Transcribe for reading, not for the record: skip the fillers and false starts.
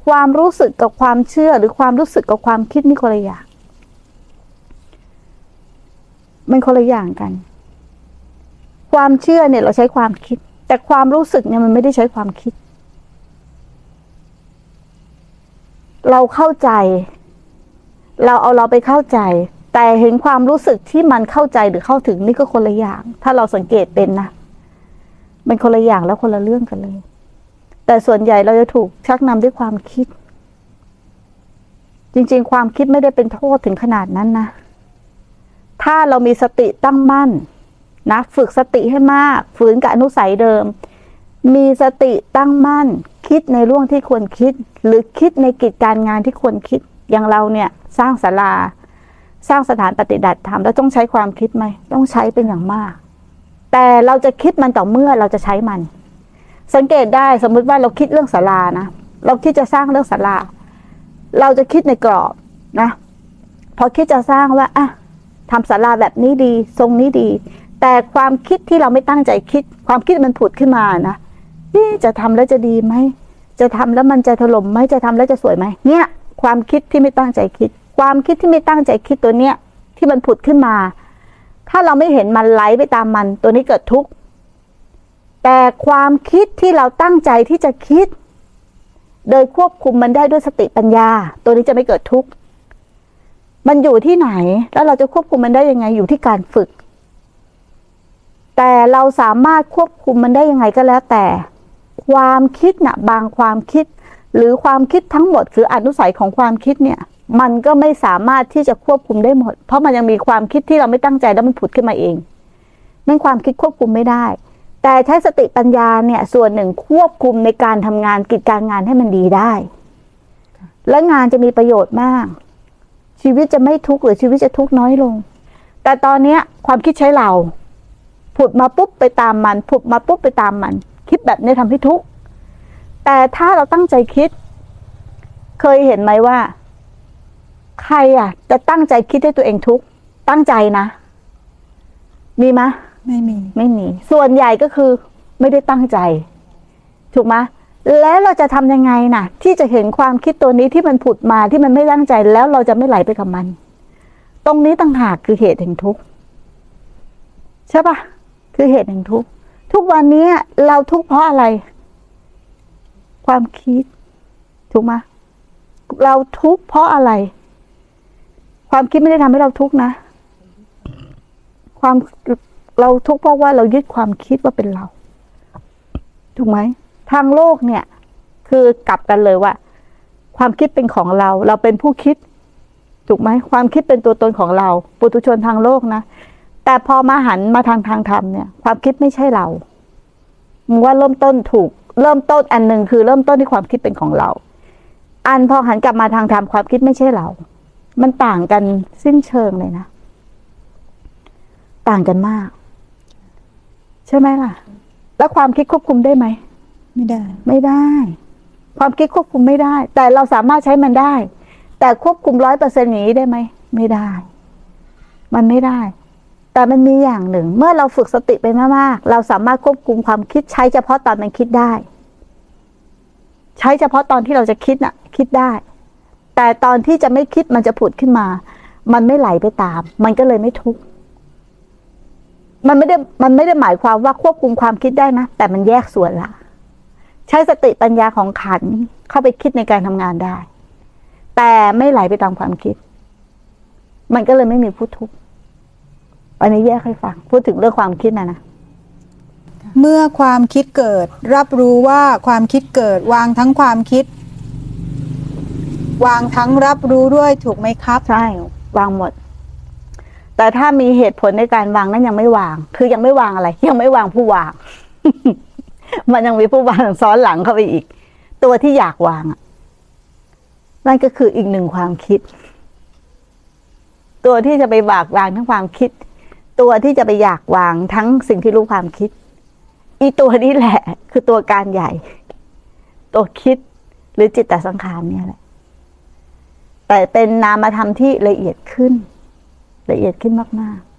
ความรู้สึกกับความเชื่อหรือความรู้สึกกับความคิดนี่คนละอย่างมันคนละอย่างกันความเชื่อเนี่ยเราใช้ความคิดแต่ความรู้สึกเนี่ยมันไม่ได้ใช้ความคิดเราเข้าใจเราไปเข้าใจแต่เห็นความรู้สึกที่มันเข้าใจหรือเข้าถึงนี่ก็คนละอย่างถ้าเราสังเกตเป็นนะมันคนละอย่างแล้วคนละเรื่องกันเลยแต่ส่วนใหญ่เราจะถูกชักนำด้วยความคิดจริงๆความคิดไม่ได้เป็นโทษถึงขนาดนั้นนะถ้าเรามีสติตั้งมั่นนะฝึกสติให้มากฝืนกับอนุสัยเดิมมีสติตั้งมั่นคิดในเรื่องที่ควรคิดหรือคิดในกิจการงานที่ควรคิดอย่างเราเนี่ยสร้างศาลาสร้างสถานปฏิบัติธรรมแล้วต้องใช้ความคิดไหมต้องใช้เป็นอย่างมากแต่เราจะคิดมันต่อเมื่อเราจะใช้มันสังเกตได้สมมุติว่าเราคิดเรื่องศาลานะเราคิดจะสร้างเรื่องศาลาเราจะคิดในกรอบนะพอคิดจะสร้างว่าอ่ะทำศาลาแบบนี้ดีทรงนี้ดีแต่ความคิดที่เราไม่ตั้งใจคิดความคิดมันผุดขึ้นมานะนี่จะทำแล้วจะดีไหมจะทำแล้วมันจะถล่มไหมจะทำแล้วจะสวยไหมเนี่ยความคิดที่ไม่ตั้งใจคิดความคิดที่ไม่ตั้งใจคิดตัวเนี้ยที่มันผุดขึ้นมาถ้าเราไม่เห็นมันไหลไปตามมันตัวนี้เกิดทุกข์แต่ความคิดที่เราตั้งใจที่จะคิดโดยควบคุมมันได้ด้วยสติปัญญาตัวนี้จะไม่เกิดทุกข์มันอยู่ที่ไหนแล้วเราจะควบคุมมันได้ยังไงอยู่ที่การฝึกแต่เราสามารถควบคุมมันได้ยังไงก็แล้วแต่ความคิดน่ะบางความคิดหรือความคิดทั้งหมดคืออนุสัยของความคิดเนี่ยมันก็ไม่สามารถที่จะควบคุมได้หมดเพราะมันยังมีความคิดที่เราไม่ตั้งใจแล้วมันผุดขึ้นมาเองนั่นความคิดควบคุมไม่ได้แต่ใช้สติปัญญาเนี่ยส่วนหนึ่งควบคุมในการทำงานกิจการงานให้มันดีได้และงานจะมีประโยชน์มากชีวิตจะไม่ทุกข์หรือชีวิตจะทุกข์น้อยลงแต่ตอนนี้ความคิดใช้เราผุดมาปุ๊บไปตามมันผุดมาปุ๊บไปตามมันคิดแบบนี้ทำให้ทุกข์แต่ถ้าเราตั้งใจคิดเคยเห็นไหมว่าใครจะตั้งใจคิดให้ตัวเองทุกข์ตั้งใจนะมีไหมไม่มีส่วนใหญ่ก็คือไม่ได้ตั้งใจถูกไหมแล้วเราจะทำยังไงนะที่จะเห็นความคิดตัวนี้ที่มันผุดมาที่มันไม่ตั้งใจแล้วเราจะไม่ไหลไปกับมันตรงนี้ต่างหากคือเหตุแห่งทุกข์ใช่ปะคือเหตุแห่งทุกข์ทุกวันนี้เราทุกข์เพราะอะไรความคิดถูกไหมเราทุกข์เพราะอะไรความคิดไม่ได้ทำให้เราทุกข์นะเราทุกข์เพราะว่าเรายึดความคิดว่าเป็นเราถูกไหมทางโลกเนี่ยคือกลับกันเลยว่าความคิดเป็นของเราเราเป็นผู้คิดถูกไหมความคิดเป็นตัวตนของเราปุถุชนทางโลกนะแต่พอมาหันมาทางธรรมเนี่ยความคิดไม่ใช่เรามึงว่าเริ่มต้นถูกเริ่มต้นอันหนึ่งคือเริ่มต้นที่ความคิดเป็นของเราอันพอหันกลับมาทางธรรมความคิดไม่ใช่เรามันต่างกันสิ้นเชิงเลยนะต่างกันมากใช่ไหมล่ะแล้วความคิดควบคุมได้ไหมไม่ได้ความคิดควบคุมไม่ได้แต่เราสามารถใช้มันได้แต่ควบคุม100%อย่างนี้ได้ไหมไม่ได้มันไม่ได้แต่มันมีอย่างหนึ่งเมื่อเราฝึกสติไปมากๆเราสามารถควบคุมความคิดใช้เฉพาะตอนมันคิดได้ใช้เฉพาะตอนที่เราจะคิดน่ะคิดได้แต่ตอนที่จะไม่คิดมันจะผุดขึ้นมามันไม่ไหลไปตามมันก็เลยไม่ทุกข์มันไม่ได้หมายความว่าควบคุมความคิดได้นะแต่มันแยกส่วนละใช้สติปัญญาของขันธ์เข้าไปคิดในการทำงานได้แต่ไม่ไหลไปตามความคิดมันก็เลยไม่มีผู้ทุกข์อันนี้แยกให้ฟังพูดถึงเรื่องความคิดนะเมื่อความคิดเกิดรับรู้ว่าความคิดเกิดวางทั้งความคิดวางทั้งรับรู้ด้วยถูกไหมครับใช่วางหมดแต่ถ้ามีเหตุผลในการวางนั้นยังไม่วางคือยังไม่วางอะไรยังไม่วางผู้วาง มันยังมีผู้วางซ้อนหลังเข้าไปอีกตัวที่อยากวางนั่นก็คืออีกหนึ่งความคิดตัวที่จะไปวางทั้งความคิดตัวที่จะไปอยากวางทั้งสิ่งที่รู้ความคิดอีตัวนี้แหละคือตัวการใหญ่ตัวคิดหรือจิตตสังขารเนี่ยแหละแต่เป็นนามธรรมที่ละเอียดขึ้นมากๆ